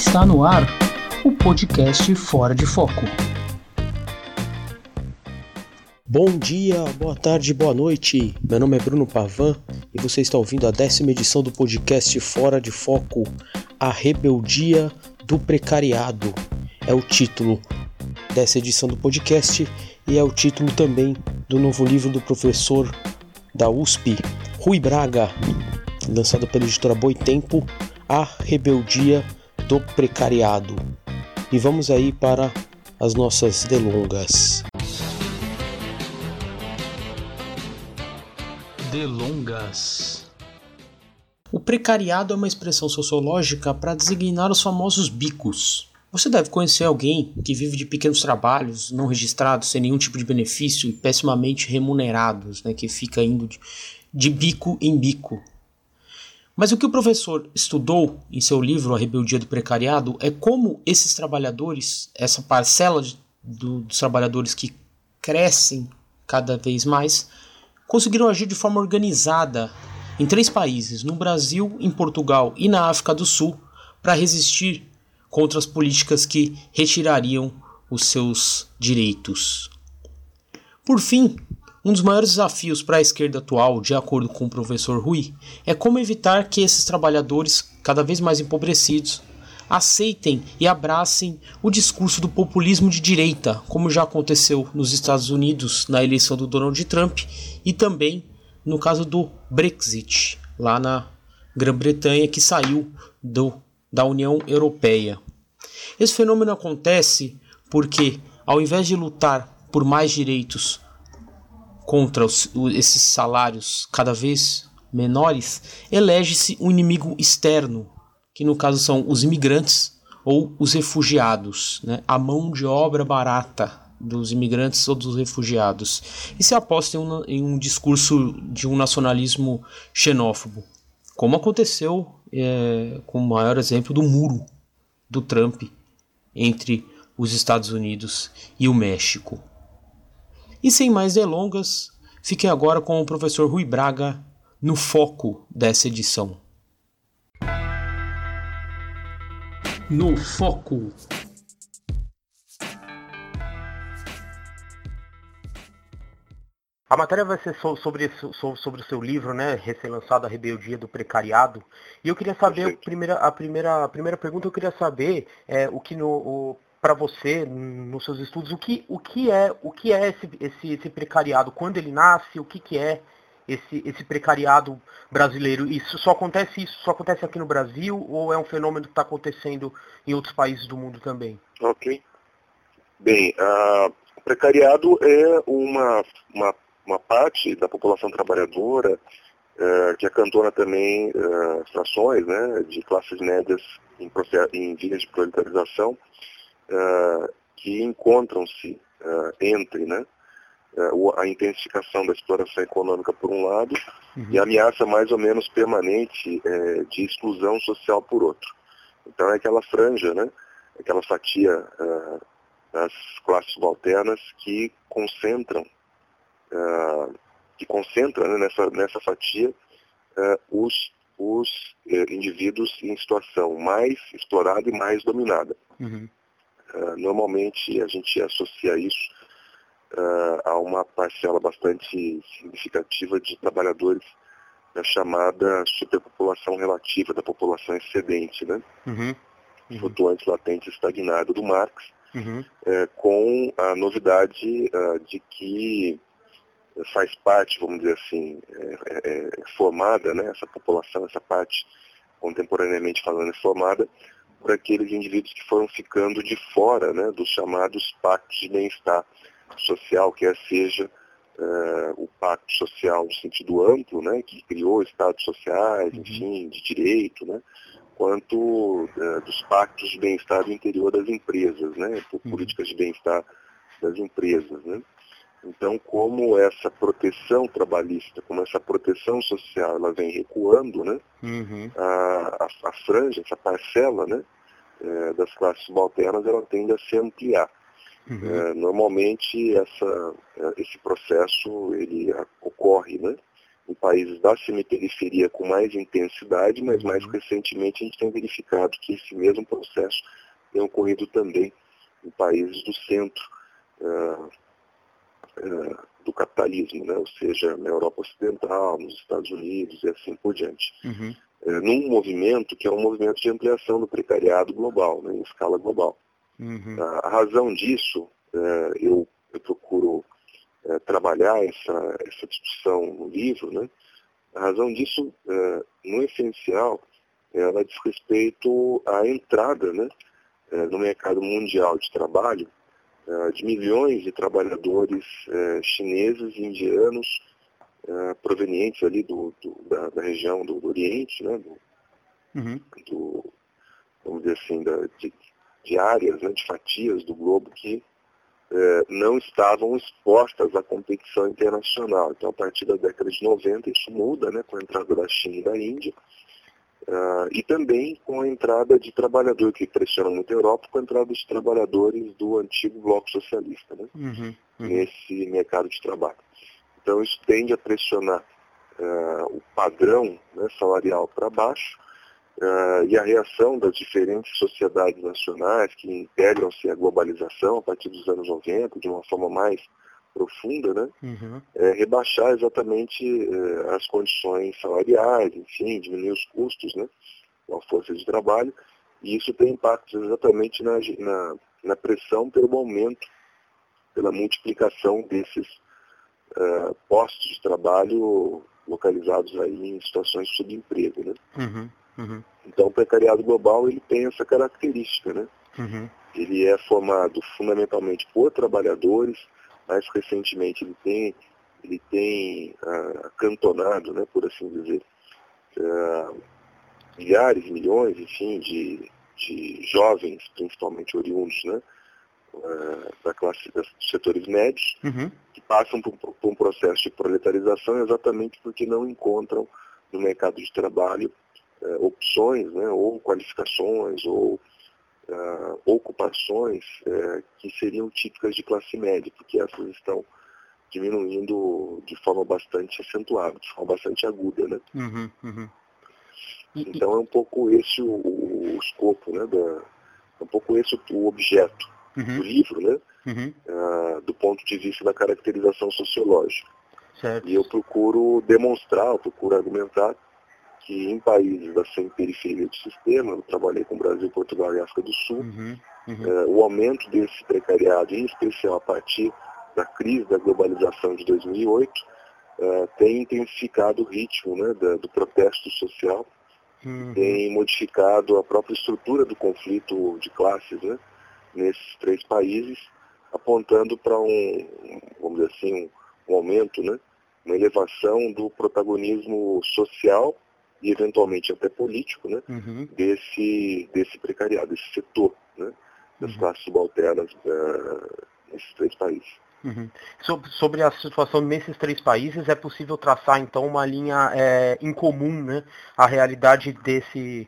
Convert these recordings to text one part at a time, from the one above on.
Está no ar o podcast Fora de Foco. Bom dia, boa tarde, boa noite. Meu nome é Bruno Pavan e você está ouvindo a 10ª edição do podcast Fora de Foco, A Rebeldia do Precariado. É o título dessa edição do podcast e é o título também do novo livro do professor da USP, Rui Braga, lançado pela editora Boitempo, A Rebeldia do Precariado. E vamos aí para as nossas delongas. Delongas. O precariado é uma expressão sociológica para designar os famosos bicos. Você deve conhecer alguém que vive de pequenos trabalhos, não registrados, sem nenhum tipo de benefício e pessimamente remunerados, que fica indo de bico em bico. Mas o que o professor estudou em seu livro A Rebeldia do Precariado é como esses trabalhadores, essa parcela dos trabalhadores que crescem cada vez mais, conseguiram agir de forma organizada em 3 países, no Brasil, em Portugal e na África do Sul, para resistir contra as políticas que retirariam os seus direitos. Por fim, um dos maiores desafios para a esquerda atual, de acordo com o professor Rui, é como evitar que esses trabalhadores, cada vez mais empobrecidos, aceitem e abracem o discurso do populismo de direita, como já aconteceu nos Estados Unidos na eleição do Donald Trump e também no caso do Brexit, lá na Grã-Bretanha, que saiu da União Europeia. Esse fenômeno acontece porque, ao invés de lutar por mais direitos contra esses salários cada vez menores, elege-se um inimigo externo, que no caso são os imigrantes ou os refugiados, a mão de obra barata dos imigrantes ou dos refugiados, e se aposta em um discurso de um nacionalismo xenófobo, como aconteceu com o maior exemplo do muro do Trump entre os Estados Unidos e o México. E sem mais delongas, fiquem agora com o professor Rui Braga no foco dessa edição. No foco. A matéria vai ser sobre o seu livro, recém-lançado, A Rebeldia do Precariado. E eu queria saber, a primeira pergunta, eu queria saber o que para você, nos seus estudos, o que é esse precariado, quando ele nasce, o que é esse precariado brasileiro? Isso só acontece aqui no Brasil ou é um fenômeno que está acontecendo em outros países do mundo também? Ok. Bem, o precariado é uma parte da população trabalhadora que acantona também frações de classes médias em vias de proletarização, que encontram-se entre a intensificação da exploração econômica por um lado e a ameaça mais ou menos permanente de exclusão social por outro. Então é aquela franja, aquela fatia das classes subalternas que concentra nessa fatia os indivíduos em situação mais explorada e mais dominada. Normalmente a gente associa isso a uma parcela bastante significativa de trabalhadores da chamada superpopulação relativa, da população excedente, flutuante, latente, estagnado do Marx, com a novidade de que faz parte, vamos dizer assim, formada, essa população, essa parte, contemporaneamente falando, é formada por aqueles indivíduos que foram ficando de fora dos chamados pactos de bem-estar social, quer seja o pacto social no sentido amplo, que criou estados sociais, enfim, de direito, quanto dos pactos de bem-estar do interior das empresas, por políticas de bem-estar das empresas, Então, como essa proteção trabalhista, como essa proteção social, ela vem recuando, a franja, essa parcela, das classes subalternas, ela tende a se ampliar. Normalmente, esse processo, ele ocorre, em países da semiperiferia com mais intensidade, mas mais recentemente a gente tem verificado que esse mesmo processo tem ocorrido também em países do centro do capitalismo, né? Ou seja, na Europa Ocidental, nos Estados Unidos e assim por diante. Num movimento que é um movimento de ampliação do precariado global, né, em escala global. A razão disso, eu procuro trabalhar essa discussão no livro, né? A razão disso, no essencial, ela diz respeito à entrada, né, no mercado mundial de trabalho de milhões de trabalhadores chineses e indianos provenientes ali da região do Oriente, né, vamos dizer assim, de áreas, né, de fatias do globo que não estavam expostas à competição internacional. Então, a partir da década de 90, isso muda, né, com a entrada da China e da Índia, e também com a entrada de trabalhadores, que pressiona muito a Europa, com a entrada de trabalhadores do antigo bloco socialista, né, nesse mercado de trabalho. Então, isso tende a pressionar o padrão, né, salarial para baixo, e a reação das diferentes sociedades nacionais que integram-se à globalização a partir dos anos 90, de uma forma mais profunda, né, rebaixar exatamente as condições salariais, enfim, diminuir os custos, né, com a força de trabalho, e isso tem impactos exatamente na pressão pelo aumento, pela multiplicação desses postos de trabalho localizados aí em situações de subemprego, né. Então, o precariado global ele tem essa característica, né? Ele é formado fundamentalmente por trabalhadores, mais recentemente ele tem acantonado, né, por assim dizer, milhares, milhões, enfim, de jovens, principalmente oriundos, né, da classe dos setores médios, que passam por um processo de proletarização exatamente porque não encontram no mercado de trabalho opções, né, ou qualificações, ou ocupações que seriam típicas de classe média, porque essas estão diminuindo de forma bastante acentuada, de forma bastante aguda, né? Então é um pouco esse o escopo, né, é um pouco esse o objeto do livro, né, do ponto de vista da caracterização sociológica. Certo. E eu procuro demonstrar, eu procuro argumentar que em países da semiperiferia do sistema, eu trabalhei com o Brasil, Portugal e África do Sul, o aumento desse precariado, em especial a partir da crise da globalização de 2008, tem intensificado o ritmo, né, do protesto social, tem modificado a própria estrutura do conflito de classes, né, nesses 3 países, apontando para vamos dizer assim, um aumento, né, uma elevação do protagonismo social e eventualmente até político, né, desse precariado, desse setor, né, das classes subalternas nesses 3 países. Sobre a situação nesses 3 países, é possível traçar então uma linha em comum, né, a realidade desse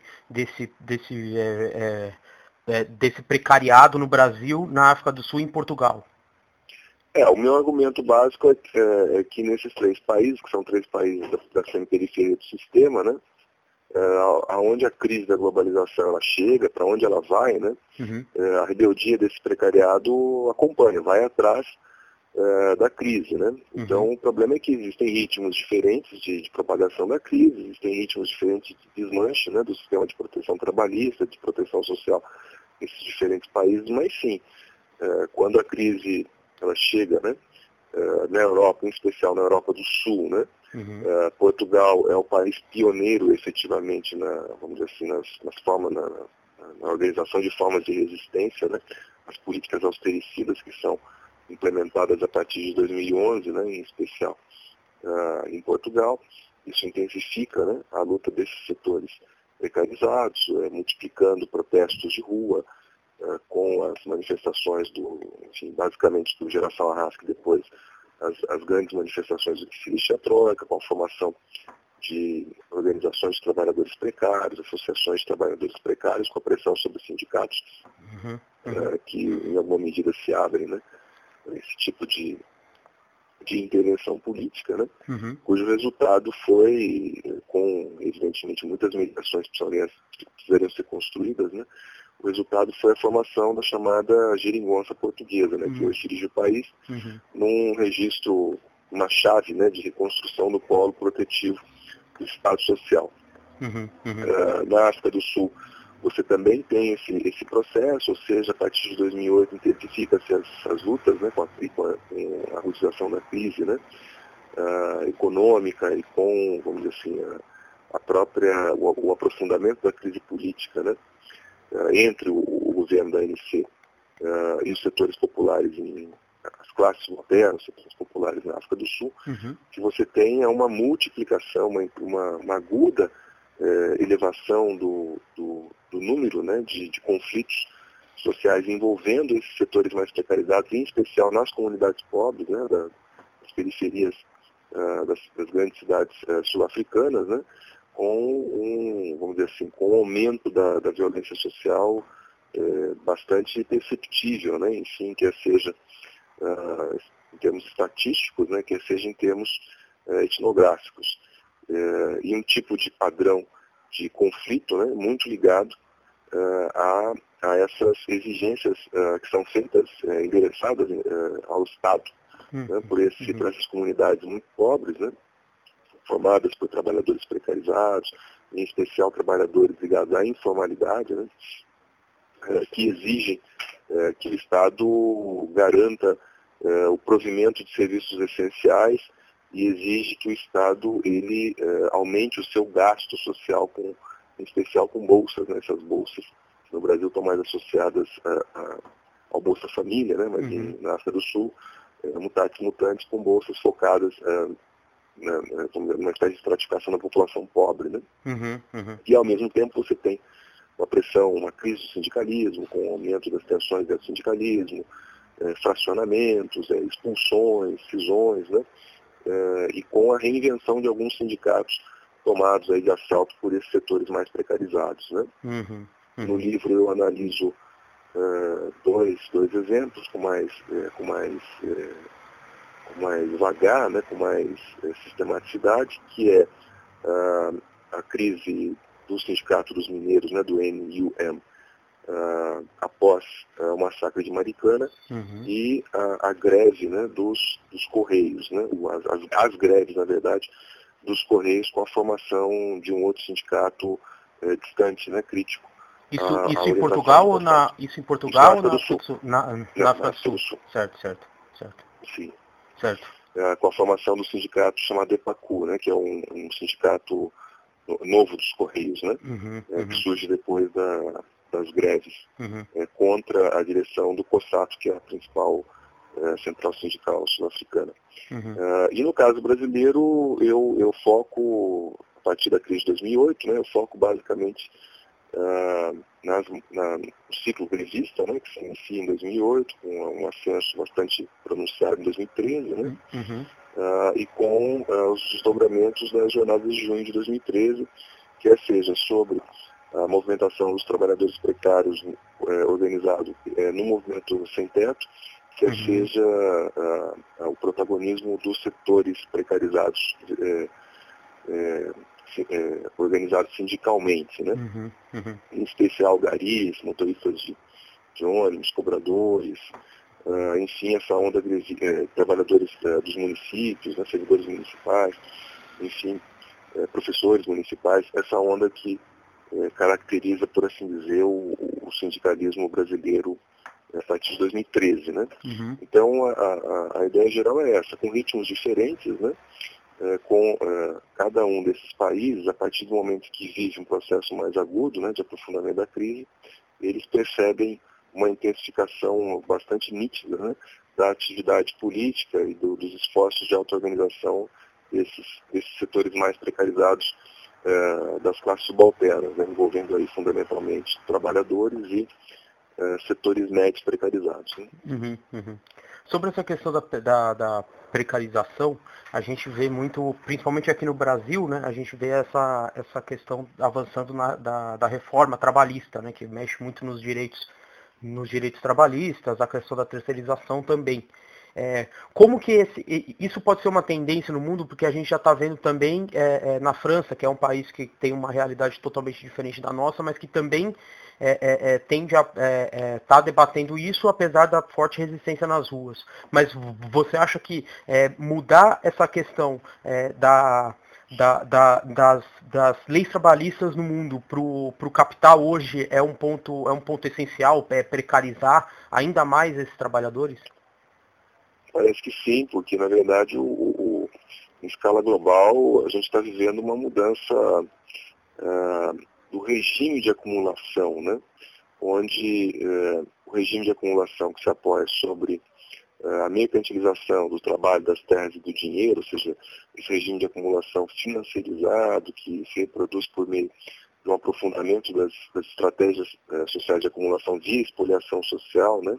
precariado no Brasil, na África do Sul e em Portugal. O meu argumento básico é que nesses 3 países, que são 3 países da semiperiferia do sistema, né, aonde a crise da globalização ela chega, para onde ela vai, né, a rebeldia desse precariado acompanha, vai atrás da crise, né. Então o problema é que existem ritmos diferentes de propagação da crise, existem ritmos diferentes de desmanche, né, do sistema de proteção trabalhista, de proteção social nesses diferentes países, mas sim, quando a crise ela chega, né, na Europa, em especial na Europa do Sul, né, Portugal é o país pioneiro, efetivamente, vamos dizer assim, na organização de formas de resistência, né, as políticas austericidas que são implementadas a partir de 2011, né, em especial em Portugal. Isso intensifica, né, a luta desses setores precarizados, multiplicando protestos de rua, com as manifestações basicamente do Geração Arrasca, depois as grandes manifestações do que se lixa a Troika, com a formação de organizações de trabalhadores precários, associações de trabalhadores precários, com a pressão sobre os sindicatos, que em alguma medida se abrem, né, esse tipo de de intervenção política, né? Cujo resultado foi, com, evidentemente, muitas mediações que precisariam ser construídas, né? O resultado foi a formação da chamada geringonça portuguesa, né? Que hoje dirige o país num registro, uma chave, né, de reconstrução do polo protetivo do Estado Social. Na África do Sul, você também tem esse processo, ou seja, a partir de 2008 intensifica-se as lutas, né, com a agudização da crise, né, econômica e com, vamos dizer assim, o aprofundamento da crise política, né, entre o governo da ANC e os setores populares, as classes modernas, os setores populares na África do Sul, que você tem uma multiplicação, uma aguda elevação do número, né, de conflitos sociais envolvendo esses setores mais precarizados, em especial nas comunidades pobres, né, das periferias das grandes cidades sul-africanas, né, vamos dizer assim, com um aumento da violência social bastante perceptível, né, enfim, quer seja em termos estatísticos, né, quer seja em termos etnográficos. E um tipo de padrão de conflito, né, muito ligado a essas exigências que são feitas, endereçadas ao Estado, né, por essas comunidades muito pobres, né, formadas por trabalhadores precarizados, em especial trabalhadores ligados à informalidade, né, que exigem que o Estado garanta o provimento de serviços essenciais e exige que o Estado ele aumente o seu gasto social, em especial com bolsas, né? Essas bolsas no Brasil estão mais associadas ao Bolsa Família, né? Mas na África do Sul, mutatis mutandis, com bolsas focadas numa espécie de estratificação da população pobre, né? E ao mesmo tempo você tem uma pressão, uma crise do sindicalismo, com o aumento das tensões dentro do sindicalismo, fracionamentos, expulsões, cisões, né? E com a reinvenção de alguns sindicatos tomados aí de assalto por esses setores mais precarizados, né? No livro eu analiso dois exemplos com mais vagar, né? Com mais sistematicidade, que é a crise do Sindicato dos Mineiros, né? Do NUM, após o massacre de Maricana, e a greve, né, dos Correios, né, as greves, na verdade, dos Correios, com a formação de um outro sindicato distante, né, crítico. Isso em Portugal ou na África do Sul? Na África do Sul. Certo. Sim. Certo. Com a formação do sindicato chamado EPACU, né, que é um sindicato novo dos Correios, né, que surge depois das greves contra a direção do COSATU, que é a principal central sindical sul-africana. E no caso brasileiro, eu foco, a partir da crise de 2008, né, eu foco basicamente no ciclo grevista, né, que se inicia em 2008, com um ascenso bastante pronunciado em 2013, né, e com os desdobramentos das jornadas de junho de 2013, quer seja sobre a movimentação dos trabalhadores precários organizado no movimento sem teto, quer seja o protagonismo dos setores precarizados organizados sindicalmente, né? Em especial garis, motoristas de ônibus, cobradores, enfim, essa onda de trabalhadores dos municípios, né, servidores municipais, enfim, professores municipais, essa onda que caracteriza, por assim dizer, o sindicalismo brasileiro a partir de 2013, né? Então, a ideia geral é essa, com ritmos diferentes, né? Com cada um desses países, a partir do momento que vive um processo mais agudo, né, de aprofundamento da crise, eles percebem uma intensificação bastante nítida, né, da atividade política e dos esforços de auto-organização desses setores mais precarizados das classes subalternas, né, envolvendo aí fundamentalmente trabalhadores e setores médios precarizados. Né? Sobre essa questão da precarização, a gente vê muito, principalmente aqui no Brasil, né, a gente vê essa questão avançando da reforma trabalhista, né, que mexe muito nos direitos trabalhistas, a questão da terceirização também. Como que isso pode ser uma tendência no mundo, porque a gente já está vendo também na França, que é um país que tem uma realidade totalmente diferente da nossa, mas que também tende a estar debatendo isso, apesar da forte resistência nas ruas. Mas você acha que mudar essa questão das leis trabalhistas no mundo para o capital hoje é um ponto essencial, precarizar ainda mais esses trabalhadores? Parece que sim, porque na verdade em escala global a gente está vivendo uma mudança do regime de acumulação, né? Onde o regime de acumulação que se apoia sobre a mercantilização do trabalho, das terras e do dinheiro, ou seja, esse regime de acumulação financiarizado que se reproduz por meio de um aprofundamento das estratégias sociais de acumulação via espoliação social, né?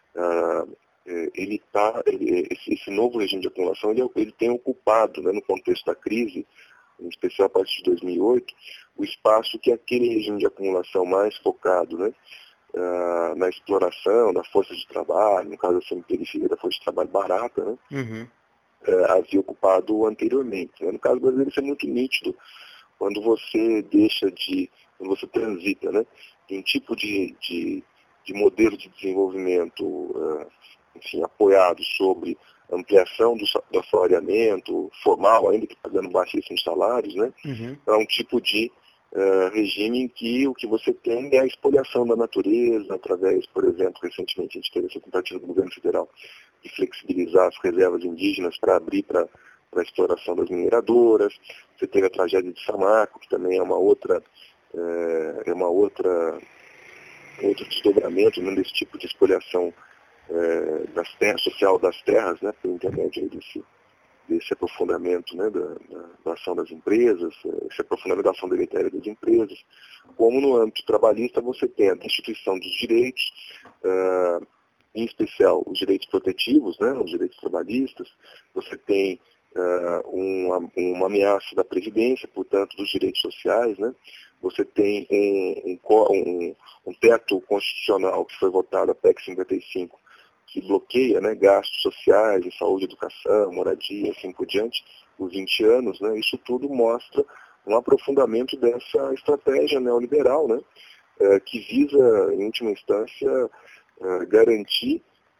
Esse novo regime de acumulação ele tem ocupado, né, no contexto da crise, em especial a partir de 2008, o espaço que aquele regime de acumulação mais focado, né, na exploração da força de trabalho, no caso assim, periferia da força de trabalho barata, né, havia ocupado anteriormente. Né? No caso brasileiro isso é muito nítido, quando você quando você transita, né, de um tipo de modelo de desenvolvimento enfim, apoiado sobre ampliação do assalariamento formal, ainda que pagando baixíssimos salários, né, para um tipo de regime em que o que você tem é a expoliação da natureza, através, por exemplo, recentemente a gente teve essa tentativa do governo federal de flexibilizar as reservas indígenas para abrir para a exploração das mineradoras. Você teve a tragédia de Samarco, que também é outro desdobramento, né, desse tipo de expoliação das terras, social das terras, né, por intermédio desse aprofundamento, né, da ação das empresas, esse aprofundamento da ação deletéria das empresas. Como no âmbito trabalhista você tem a destituição dos direitos, em especial os direitos protetivos, né, os direitos trabalhistas, você tem uma ameaça da Previdência, portanto, dos direitos sociais, né? Você tem um teto constitucional que foi votado, a PEC 55, que bloqueia, né, gastos sociais em saúde, educação, moradia, assim por diante, por 20 anos. Né? Isso tudo mostra um aprofundamento dessa estratégia neoliberal, né, que visa, em última instância, garantir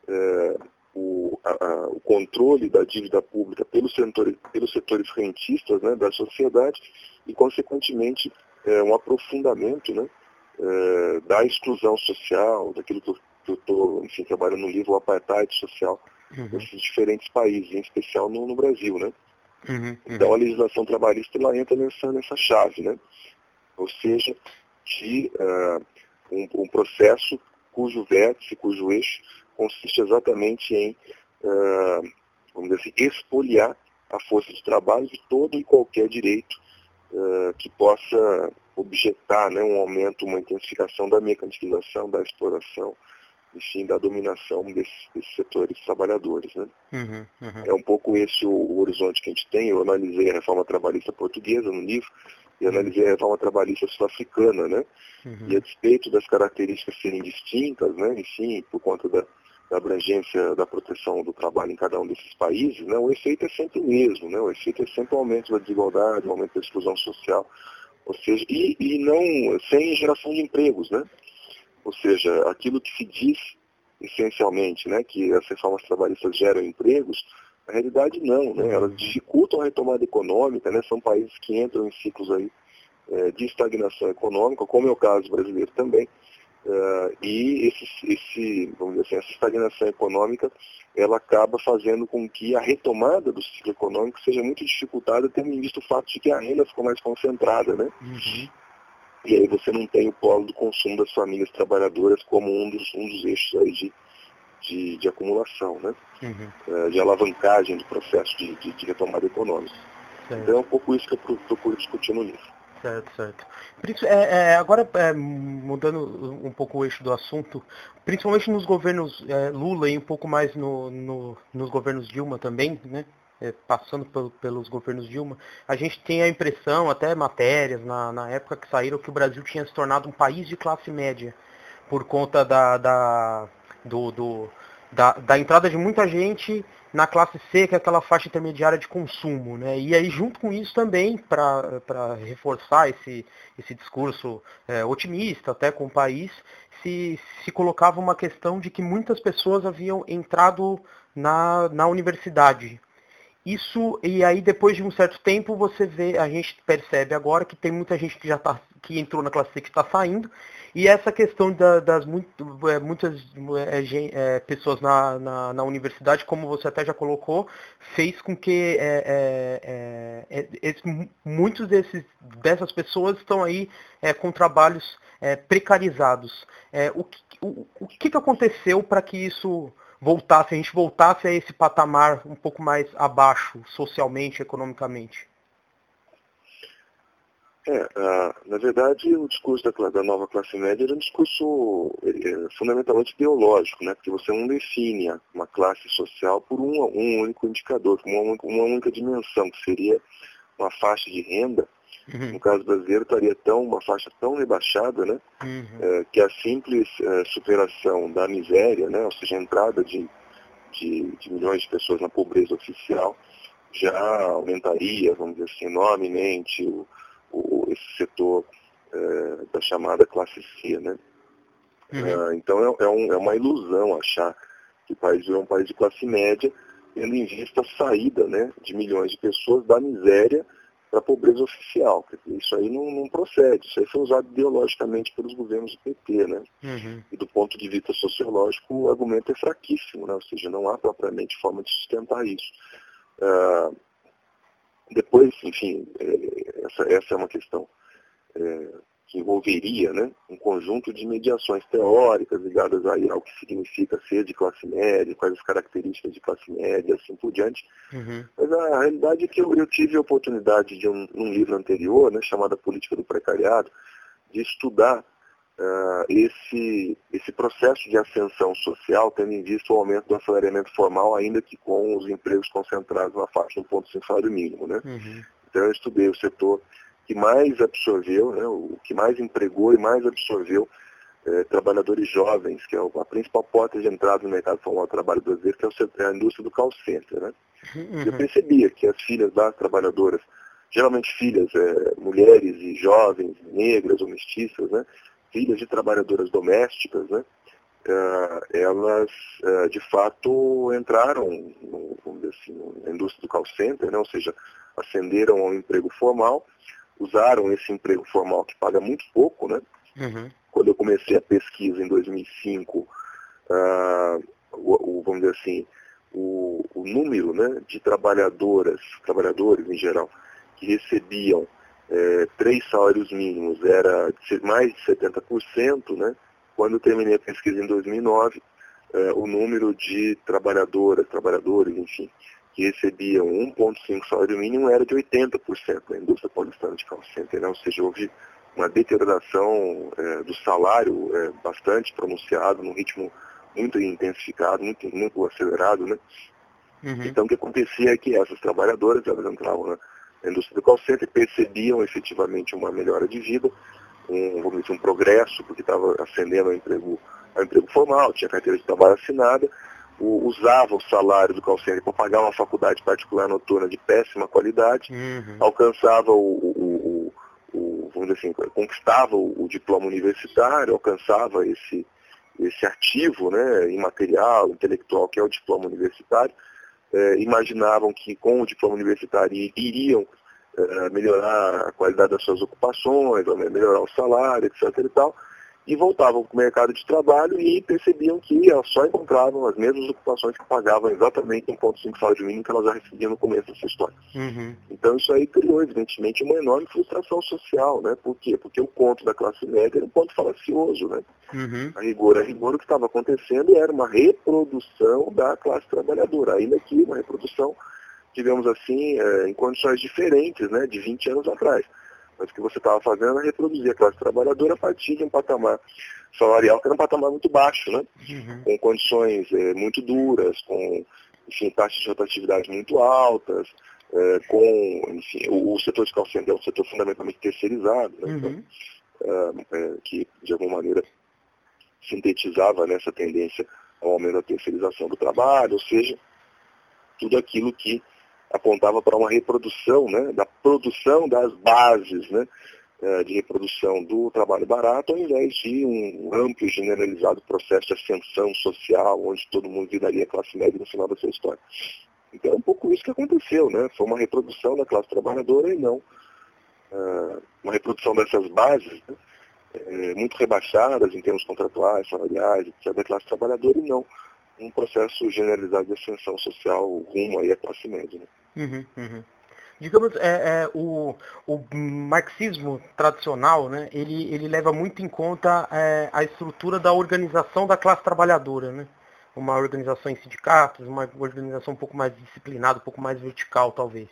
o controle da dívida pública pelos setores rentistas, né, da sociedade e, consequentemente, um aprofundamento, né, da exclusão social, daquilo que eu estou, enfim, trabalhando no livro, o apartheid social, nesses diferentes países, em especial no Brasil, né? Então a legislação trabalhista ela entra nessa chave, né? Ou seja, de um processo cujo vértice, cujo eixo consiste exatamente em, vamos dizer assim, expoliar a força de trabalho de todo e qualquer direito que possa objetar, né, um aumento, uma intensificação da mercantilização, da exploração, enfim, da dominação desses setores trabalhadores. Né? É um pouco esse o horizonte que a gente tem. Eu analisei a reforma trabalhista portuguesa no livro e analisei a reforma trabalhista sul-africana, né? E a despeito das características serem distintas, né, enfim, por conta da abrangência da proteção do trabalho em cada um desses países, né, o efeito é sempre o mesmo, né? O efeito é sempre o aumento da desigualdade, o aumento da exclusão social, ou seja, e não sem geração de empregos, né? Ou seja, aquilo que se diz essencialmente, né, que as reformas trabalhistas geram empregos, na realidade não, né? Elas dificultam a retomada econômica, né? São países que entram em ciclos aí, de estagnação econômica, como é o caso brasileiro também, e vamos dizer assim, essa estagnação econômica ela acaba fazendo com que a retomada do ciclo econômico seja muito dificultada, tendo em vista o fato de que a renda ficou mais concentrada, né? E aí você não tem o polo do consumo das famílias trabalhadoras como um dos eixos aí de acumulação, né? De alavancagem do processo de retomada econômica. Certo. Então é um pouco isso que eu procuro discutir no livro. Certo. Agora, mudando um pouco o eixo do assunto, principalmente nos governos Lula e um pouco mais nos governos Dilma também, né? Passando pelos governos Dilma, a gente tem a impressão, até matérias na época que saíram, que o Brasil tinha se tornado um país de classe média por conta da entrada de muita gente na classe C, que é aquela faixa intermediária de consumo, né? E aí, junto com isso também, para reforçar esse discurso otimista até com o país, se colocava uma questão de que muitas pessoas haviam entrado na universidade. Isso, e aí depois de um certo tempo a gente percebe agora que tem muita gente que entrou na classe C que está saindo, e essa questão das muitas pessoas na universidade, como você até já colocou, fez com que muitos dessas pessoas estão aí com trabalhos precarizados. O que aconteceu para que isso a gente voltasse a esse patamar um pouco mais abaixo, socialmente, economicamente? Na verdade, o discurso da nova classe média era um discurso fundamentalmente ideológico, né? Porque você não define uma classe social por um único indicador, uma única dimensão, que seria uma faixa de renda. Uhum. No caso brasileiro, estaria uma faixa tão rebaixada, né? Uhum. Que a simples superação da miséria, né? Ou seja, a entrada de milhões de pessoas na pobreza oficial, já aumentaria, vamos dizer assim, enormemente esse setor da chamada classe C, né? Uhum. Então é uma ilusão achar que o país é um país de classe média, tendo em vista a saída, né, de milhões de pessoas da miséria para a pobreza oficial. Isso aí não procede, isso aí foi usado ideologicamente pelos governos do PT, né? Uhum. E do ponto de vista sociológico, o argumento é fraquíssimo, né? Ou seja, não há propriamente forma de sustentar isso. Depois, enfim, essa é uma questão que envolveria, né, um conjunto de mediações teóricas ligadas aí ao que significa ser de classe média, quais as características de classe média, assim por diante. Uhum. Mas a realidade é que eu tive a oportunidade de num livro anterior, né, chamado A Política do Precariado, de estudar esse processo de ascensão social, tendo em vista o aumento do assalariamento formal, ainda que com os empregos concentrados na faixa de 1,5 salário mínimo, né? Uhum. Então eu estudei o setor que mais absorveu, né, o que mais empregou e mais absorveu trabalhadores jovens, que é a principal porta de entrada no mercado formal do trabalho brasileiro, que é a indústria do call center, né? Uhum. Eu percebia que as filhas das trabalhadoras, geralmente filhas mulheres e jovens, negras ou mestiças, né, filhas de trabalhadoras domésticas, né, elas de fato entraram vamos dizer assim, na indústria do call center, né, ou seja, ascenderam ao emprego formal, usaram esse emprego formal que paga muito pouco, né? Uhum. Quando eu comecei a pesquisa em 2005, vamos dizer assim, o número, né, de trabalhadores em geral, que recebiam 3 salários mínimos era de mais de 70%, né? Quando eu terminei a pesquisa em 2009, o número de trabalhadores, enfim, que recebiam 1,5 salário mínimo era de 80% na indústria paulistana de call center, né? Ou seja, houve uma deterioração do salário bastante pronunciado, num ritmo muito intensificado, muito acelerado, né? Uhum. Então o que acontecia é que essas trabalhadoras, elas entravam na indústria do call center, percebiam efetivamente uma melhora de vida, vamos dizer, um progresso, porque estava ascendendo ao emprego formal, tinha carteira de trabalho assinada, usava o salário do call center para pagar uma faculdade particular noturna de péssima qualidade, uhum, alcançava vamos dizer assim, conquistava o diploma universitário, alcançava esse ativo, né, imaterial, intelectual, que é o diploma universitário, imaginavam que com o diploma universitário iriam melhorar a qualidade das suas ocupações, melhorar o salário, etc. e tal, e voltavam para o mercado de trabalho e percebiam que elas só encontravam as mesmas ocupações que pagavam exatamente 1,5 salário mínimo que elas já recebiam no começo dessa história. Uhum. Então isso aí criou, evidentemente, uma enorme frustração social, né? Por quê? Porque o conto da classe média era um ponto falacioso, né? Uhum. A rigor, o que estava acontecendo era uma reprodução da classe trabalhadora, ainda que uma reprodução, digamos assim, em condições diferentes, né, de 20 anos atrás. Mas o que você estava fazendo é reproduzir a classe trabalhadora a partir de um patamar salarial que era um patamar muito baixo, né? Uhum. Com condições muito duras, com, enfim, taxas de rotatividade muito altas, com, enfim, o setor de call center é um setor fundamentalmente terceirizado, né? Uhum. Então, que de alguma maneira sintetizava nessa tendência ao aumento da terceirização do trabalho, ou seja, tudo aquilo que apontava para uma reprodução, né, da produção das bases, né, de reprodução do trabalho barato, ao invés de um amplo e generalizado processo de ascensão social, onde todo mundo viraria classe média no final da sua história. Então é um pouco isso que aconteceu, né? Foi uma reprodução da classe trabalhadora e não uma reprodução dessas bases, né, muito rebaixadas em termos contratuais, salariais, etc., da classe trabalhadora, e não um processo generalizado de ascensão social rumo aí à classe média. Né? Digamos, o marxismo tradicional, né, ele leva muito em conta a estrutura da organização da classe trabalhadora, né? Uma organização em sindicatos, uma organização um pouco mais disciplinada, um pouco mais vertical, talvez.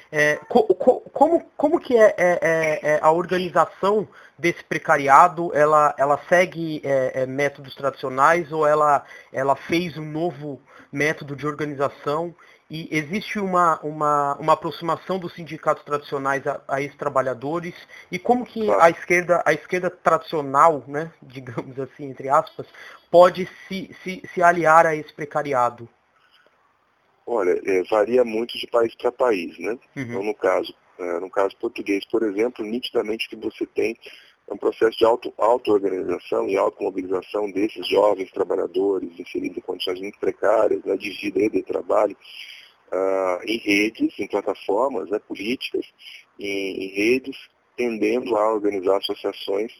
Como que é a organização desse precariado? Ela segue métodos tradicionais ou ela fez um novo método de organização? E existe uma aproximação dos sindicatos tradicionais a esses trabalhadores? E como que a esquerda tradicional, né, digamos assim, entre aspas, pode se aliar a esse precariado? Olha, varia muito de país para país, né? Então, no caso português, por exemplo, nitidamente o que você tem é um processo de auto-organização e automobilização desses jovens trabalhadores inseridos em condições muito precárias, né, de vida e de trabalho, em redes, em plataformas, né, políticas, em redes, tendendo a organizar associações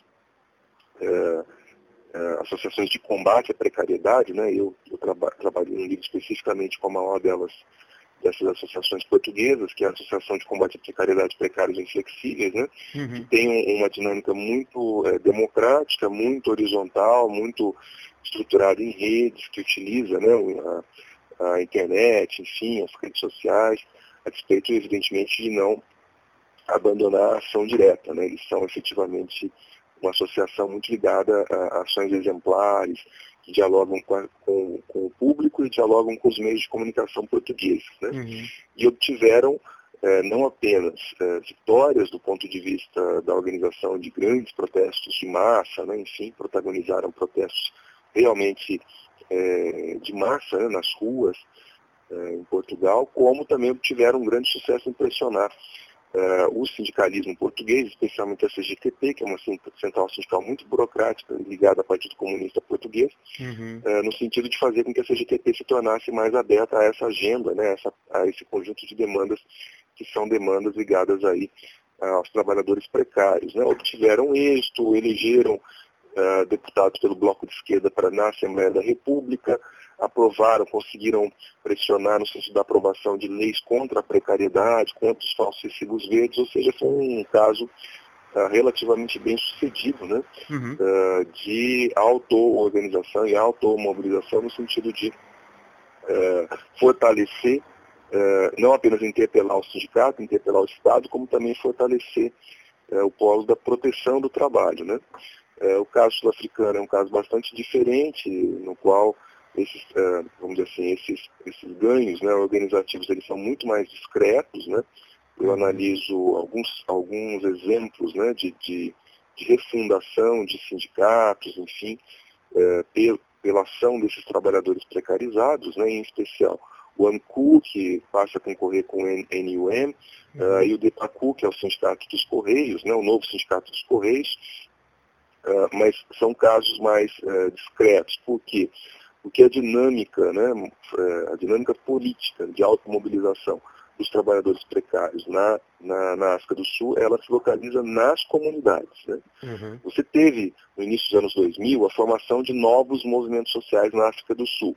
de combate à precariedade, né? Eu trabalhei um livro especificamente com a maior dessas associações portuguesas, que é a Associação de Combate à Precariedade Precários e Inflexíveis, né? Que tem uma dinâmica muito democrática, muito horizontal, muito estruturada em redes, que utiliza, né, a internet, enfim, as redes sociais, a despeito, evidentemente, de não abandonar a ação direta, né? Eles são efetivamente uma associação muito ligada a ações exemplares, que dialogam com o público e dialogam com os meios de comunicação portugueses. Né? E obtiveram não apenas vitórias do ponto de vista da organização de grandes protestos de massa, né? Enfim, protagonizaram protestos realmente de massa, né? Nas ruas em Portugal, como também obtiveram um grande sucesso em pressionar o sindicalismo português, especialmente a CGTP, que é uma central sindical muito burocrática, ligada ao Partido Comunista Português, no sentido de fazer com que a CGTP se tornasse mais aberta a essa agenda, né, a esse conjunto de demandas que são demandas ligadas aí aos trabalhadores precários. Né. Obtiveram êxito, elegeram deputados pelo Bloco de Esquerda na Assembleia da República, aprovaram, conseguiram pressionar no sentido da aprovação de leis contra a precariedade, contra os falsos recibos verdes, ou seja, foi um caso relativamente bem sucedido, né, de auto-organização e automobilização no sentido de fortalecer, não apenas interpelar o sindicato, interpelar o Estado, como também fortalecer o polo da proteção do trabalho, né. O caso sul-africano é um caso bastante diferente, no qual esses, vamos dizer assim, esses ganhos, né, organizativos, eles são muito mais discretos, né. Eu analiso alguns exemplos, né, de refundação de sindicatos, enfim, pela ação desses trabalhadores precarizados, né, em especial o ANCU, que passa a concorrer com o NUM, e o DEPACU, que é o Sindicato dos Correios, né, o novo Sindicato dos Correios, mas são casos mais discretos. Por quê? Porque a dinâmica, né, a dinâmica política de automobilização dos trabalhadores precários na África do Sul, ela se localiza nas comunidades. Né? Você teve, no início dos anos 2000, a formação de novos movimentos sociais na África do Sul.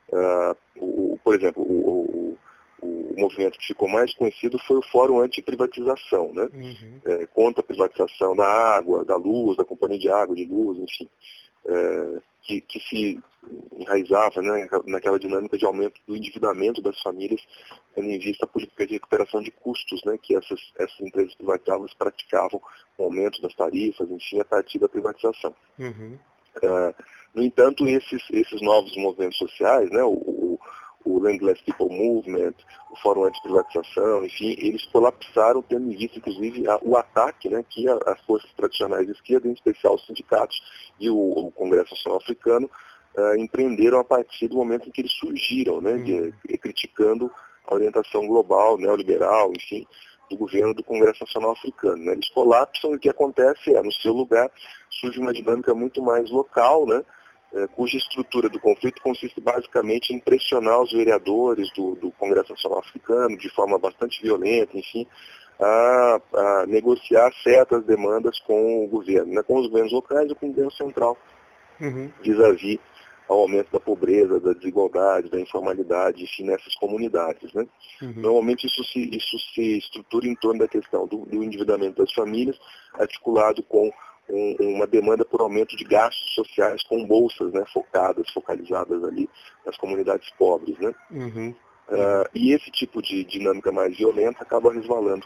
Por exemplo, o movimento que ficou mais conhecido foi o Fórum Anti-Privatização, né? Contra a privatização da água, da luz, da companhia de água, de luz, enfim, que se enraizava, né, naquela dinâmica de aumento do endividamento das famílias, tendo em vista a política de recuperação de custos, né, que essas empresas privatizadas praticavam, o aumento das tarifas, enfim, a partir da privatização. No entanto, esses novos movimentos sociais, né, o Landless People Movement, o Fórum Anti-Privatização, enfim, eles colapsaram, tendo em vista, inclusive, o ataque, né, que as forças tradicionais de esquerda, em especial os sindicatos e o Congresso Nacional Africano, empreenderam a partir do momento em que eles surgiram, né, criticando a orientação global, neoliberal, enfim, do governo do Congresso Nacional Africano. Né? Eles colapsam e o que acontece no seu lugar surge uma dinâmica muito mais local, né, cuja estrutura do conflito consiste basicamente em pressionar os vereadores do Congresso Nacional Africano de forma bastante violenta, enfim, a negociar certas demandas com o governo, né, com os governos locais e com o governo central, vis-à-vis ao aumento da pobreza, da desigualdade, da informalidade, enfim, nessas comunidades. Né? Normalmente isso se estrutura em torno da questão do endividamento das famílias, articulado com uma demanda por aumento de gastos sociais com bolsas, né, focalizadas ali nas comunidades pobres. Né? E esse tipo de dinâmica mais violenta acaba resvalando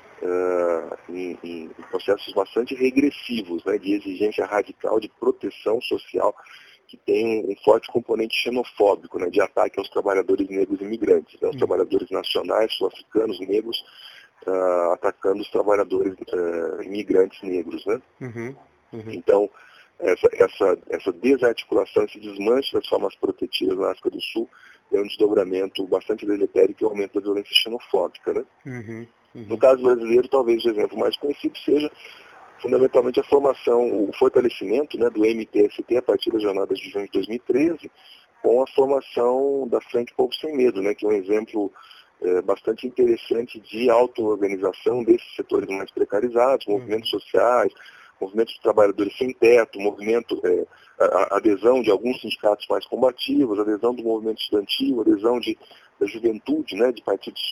em processos bastante regressivos, né, de exigência radical de proteção social, que tem um forte componente xenofóbico, né, de ataque aos trabalhadores negros imigrantes, né, os trabalhadores nacionais, sul-africanos, negros, atacando os trabalhadores imigrantes negros. Né? Então, essa desarticulação, esse desmanche das formas protetivas na África do Sul é um desdobramento bastante deletério, que aumenta a violência xenofóbica. Né? No caso brasileiro, talvez o exemplo mais conhecido seja fundamentalmente a formação, o fortalecimento, né, do MTST a partir das jornadas de junho de 2013, com a formação da Frente Povo Sem Medo, né, que é um exemplo bastante interessante de auto-organização desses setores mais precarizados, movimentos sociais, movimentos de trabalhadores sem teto, a adesão de alguns sindicatos mais combativos, adesão do movimento estudantil, adesão da juventude, né, de partidos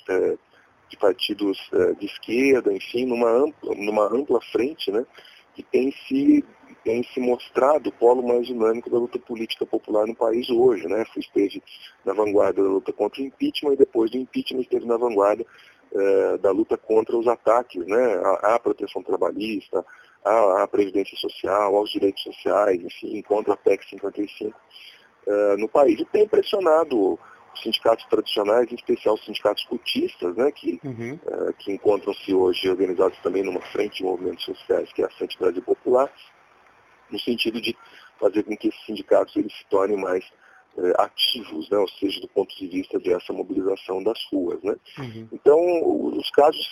de esquerda, enfim, numa ampla frente, né, que tem se mostrado o polo mais dinâmico da luta política popular no país hoje. Né? Esteve na vanguarda da luta contra o impeachment e depois do impeachment esteve na vanguarda da luta contra os ataques, né, à proteção trabalhista, à previdência social, aos direitos sociais, enfim, contra a PEC 55 no país. E tem pressionado os sindicatos tradicionais, em especial os sindicatos cultistas, né, que encontram-se hoje organizados também numa frente de movimentos sociais, que é a Frente Brasil Popular, no sentido de fazer com que esses sindicatos eles se tornem mais ativos, né, ou seja, do ponto de vista dessa mobilização das ruas. Né? Então, os casos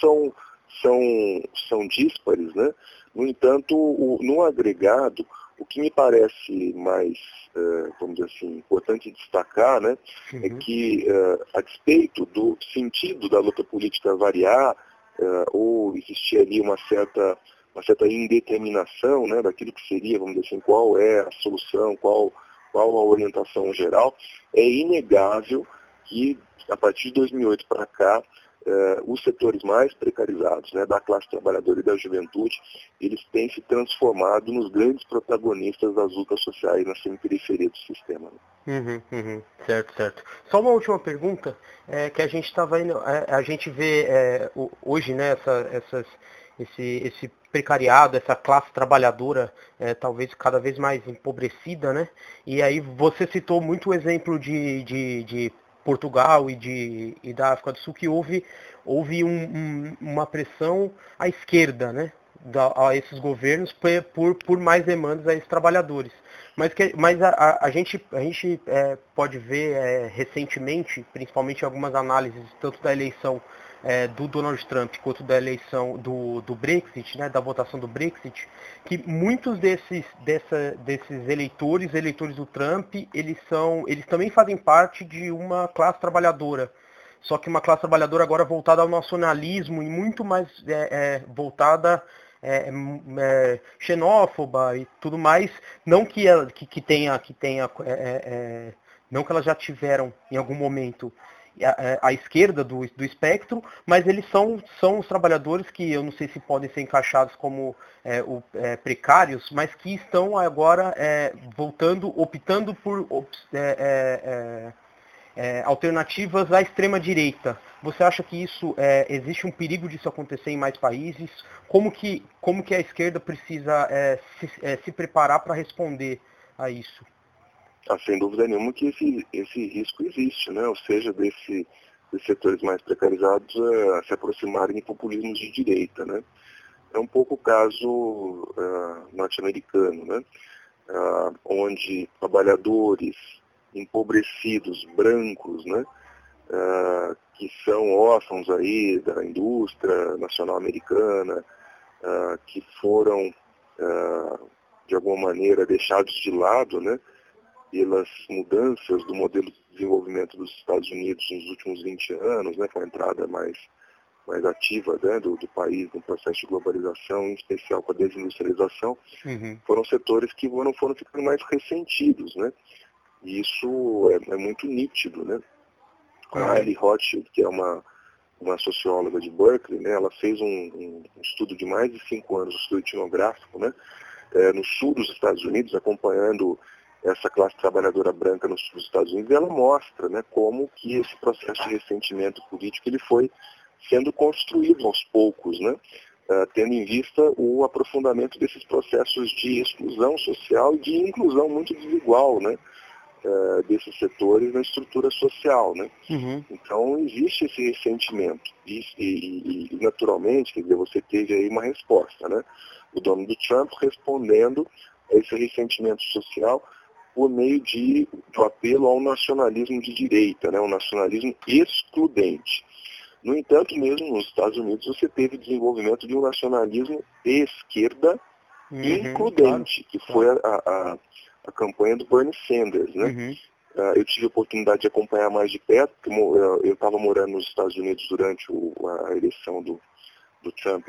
são díspares, né? No entanto, no agregado, o que me parece mais, vamos dizer assim, importante destacar, né, é que, a despeito do sentido da luta política variar, ou existir ali uma certa indeterminação, né, daquilo que seria, vamos dizer assim, qual é a solução, qual a orientação geral, é inegável que, a partir de 2008 para cá, os setores mais precarizados, né, da classe trabalhadora e da juventude, eles têm se transformado nos grandes protagonistas das lutas sociais na semi-periferia do sistema. Né? Certo. Só uma última pergunta, que a gente estava indo, a gente vê hoje, né, esse precariado, essa classe trabalhadora, talvez cada vez mais empobrecida, né? E aí você citou muito o exemplo de Portugal e da África do Sul, que houve uma pressão à esquerda, né, a esses governos por mais demandas a esses trabalhadores. Mas a gente pode ver recentemente, principalmente em algumas análises, tanto da eleição do Donald Trump quanto da eleição do Brexit, né, da votação do Brexit, que muitos desses eleitores do Trump, eles também fazem parte de uma classe trabalhadora, só que uma classe trabalhadora agora voltada ao nacionalismo e muito mais voltada xenófoba e tudo mais, não que não que elas já tiveram em algum momento à esquerda do espectro, mas eles são os trabalhadores que eu não sei se podem ser encaixados como precários, mas que estão agora optando por alternativas à extrema-direita. Você acha que existe um perigo disso acontecer em mais países? Como que a esquerda precisa se preparar para responder a isso? Sem dúvida nenhuma que esse risco existe, né? Ou seja, desses setores mais precarizados se aproximarem de populismos de direita. Né? É um pouco o caso norte-americano. Né? onde trabalhadores empobrecidos, brancos, né, que são órfãos aí da indústria nacional americana, que foram, de alguma maneira, deixados de lado, né, pelas mudanças do modelo de desenvolvimento dos Estados Unidos nos últimos 20 anos, né, com a entrada mais ativa, né, do país no processo de globalização, em especial com a desindustrialização, foram setores que foram ficando mais ressentidos, né? E isso é muito nítido, né? A Ellie Rothschild, que é uma socióloga de Berkeley, né, ela fez um estudo de mais de 5 anos, um estudo etnográfico, né, no sul dos Estados Unidos, acompanhando essa classe trabalhadora branca no sul dos Estados Unidos, e ela mostra, né, como que esse processo de ressentimento político ele foi sendo construído aos poucos, né, tendo em vista o aprofundamento desses processos de exclusão social e de inclusão muito desigual, né, desses setores na estrutura social, né? Então existe esse ressentimento e naturalmente, quer dizer, você teve aí uma resposta, né? O Donald Trump respondendo a esse ressentimento social por meio do apelo ao nacionalismo de direita, né? Um nacionalismo excludente. No entanto, mesmo nos Estados Unidos, você teve o desenvolvimento de um nacionalismo de esquerda includente, que foi a campanha do Bernie Sanders, né? Eu tive a oportunidade de acompanhar mais de perto, porque eu estava morando nos Estados Unidos durante a eleição do Trump,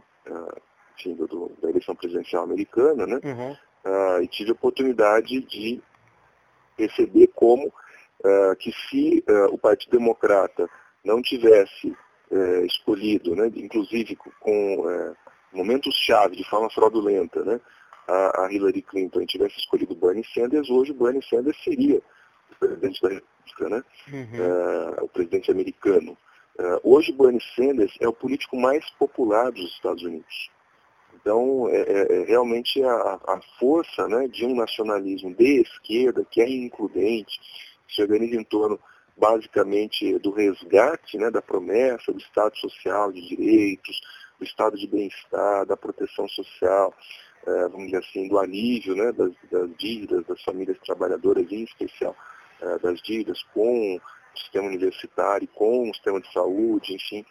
da eleição presidencial americana, né? E tive a oportunidade de perceber como que se o Partido Democrata não tivesse escolhido, né, inclusive com momentos-chave, de forma fraudulenta, né, a Hillary Clinton, e tivesse escolhido Bernie Sanders, hoje o Bernie Sanders seria o presidente da República, né, o presidente americano. Hoje Bernie Sanders é o político mais popular dos Estados Unidos. Então, realmente a força, né, de um nacionalismo de esquerda, que é includente, que se organiza em torno, basicamente, do resgate, né, da promessa do Estado social de direitos, do Estado de bem-estar, da proteção social, vamos dizer assim, do alívio, né, das dívidas das famílias trabalhadoras, em especial das dívidas com o sistema universitário, com o sistema de saúde, enfim,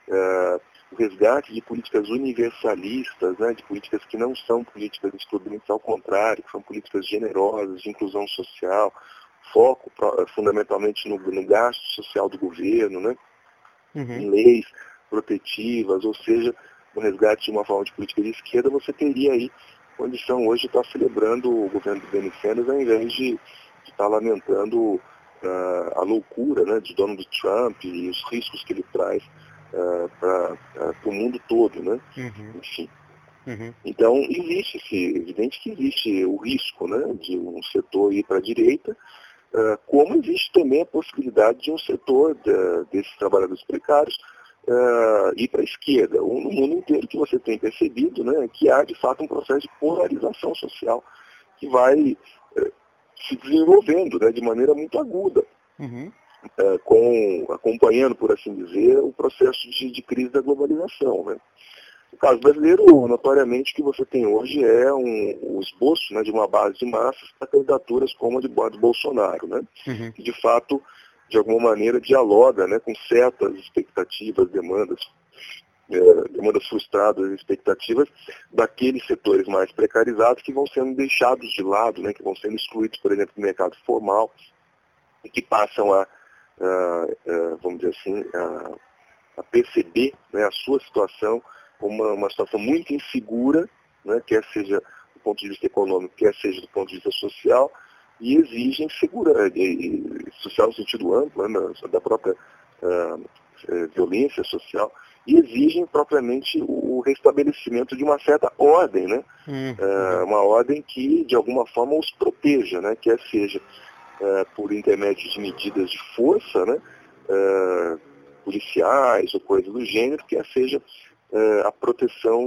o resgate de políticas universalistas, né, de políticas que não são políticas excludentes, ao contrário, que são políticas generosas, de inclusão social, foco fundamentalmente no gasto social do governo, né, em leis protetivas, ou seja, no resgate de uma forma de política de esquerda, você teria aí condição hoje de estar celebrando o governo do Bernie Sanders, ao invés de estar lamentando a loucura, né, de Donald Trump e os riscos que ele traz para o mundo todo, né? Enfim. Então, evidente que existe o risco, né, de um setor ir para a direita, como existe também a possibilidade de um setor desses trabalhadores precários ir para a esquerda. No mundo inteiro que você tem percebido, né, que há, de fato, um processo de polarização social que vai se desenvolvendo, né, de maneira muito aguda. Acompanhando, por assim dizer, o processo de crise da globalização, né? No caso brasileiro, notoriamente, o que você tem hoje é o esboço, né, de uma base de massas para candidaturas como a de Bolsonaro, né? Que, de fato, de alguma maneira, dialoga, né, com certas expectativas, demandas frustradas, expectativas daqueles setores mais precarizados que vão sendo deixados de lado, né, que vão sendo excluídos, por exemplo, do mercado formal e que passam vamos dizer assim, a perceber, né, a sua situação como uma situação muito insegura, né, quer seja do ponto de vista econômico, quer seja do ponto de vista social, e exigem segurança, social no sentido amplo, né, da própria violência social, e exigem propriamente o restabelecimento de uma certa ordem, né, uma ordem que de alguma forma os proteja, né, quer seja por intermédio de medidas de força, né, policiais ou coisas do gênero, quer seja a proteção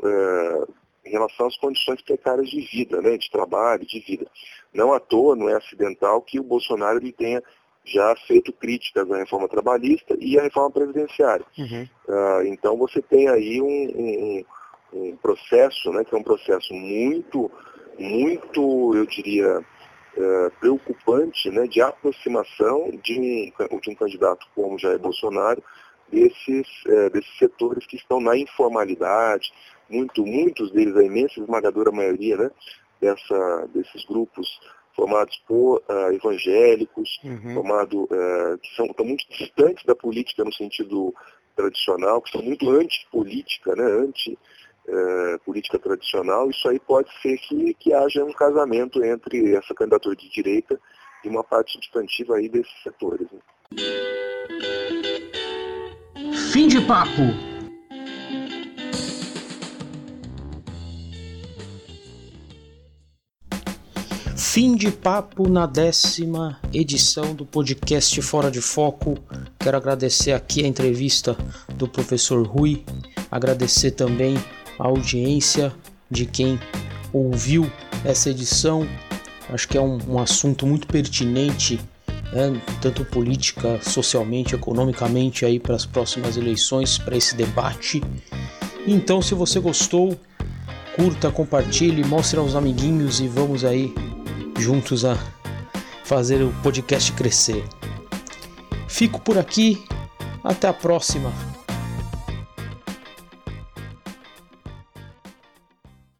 em relação às condições precárias de vida, né, de trabalho, de vida. Não à toa, não é acidental que o Bolsonaro ele tenha já feito críticas à reforma trabalhista e à reforma previdenciária. Então você tem aí um processo, né, que é um processo muito muito, eu diria, preocupante, né, de aproximação de um candidato como Jair Bolsonaro desses setores que estão na informalidade, muitos deles, a imensa esmagadora maioria, né, desses grupos formados por evangélicos, que estão muito distantes da política no sentido tradicional, que são muito antipolítica, né, política tradicional. Isso aí pode ser que haja um casamento entre essa candidatura de direita e uma parte substantiva aí desses setores, né? Fim de papo. Fim de papo na 10ª edição do podcast Fora de Foco. Quero agradecer aqui a entrevista do professor Rui, agradecer também a audiência de quem ouviu essa edição. Acho que é um assunto muito pertinente, né, tanto política, socialmente, economicamente, aí para as próximas eleições, para esse debate. Então, se você gostou, curta, compartilhe, mostre aos amiguinhos e vamos aí juntos a fazer o podcast crescer. Fico por aqui, até a próxima.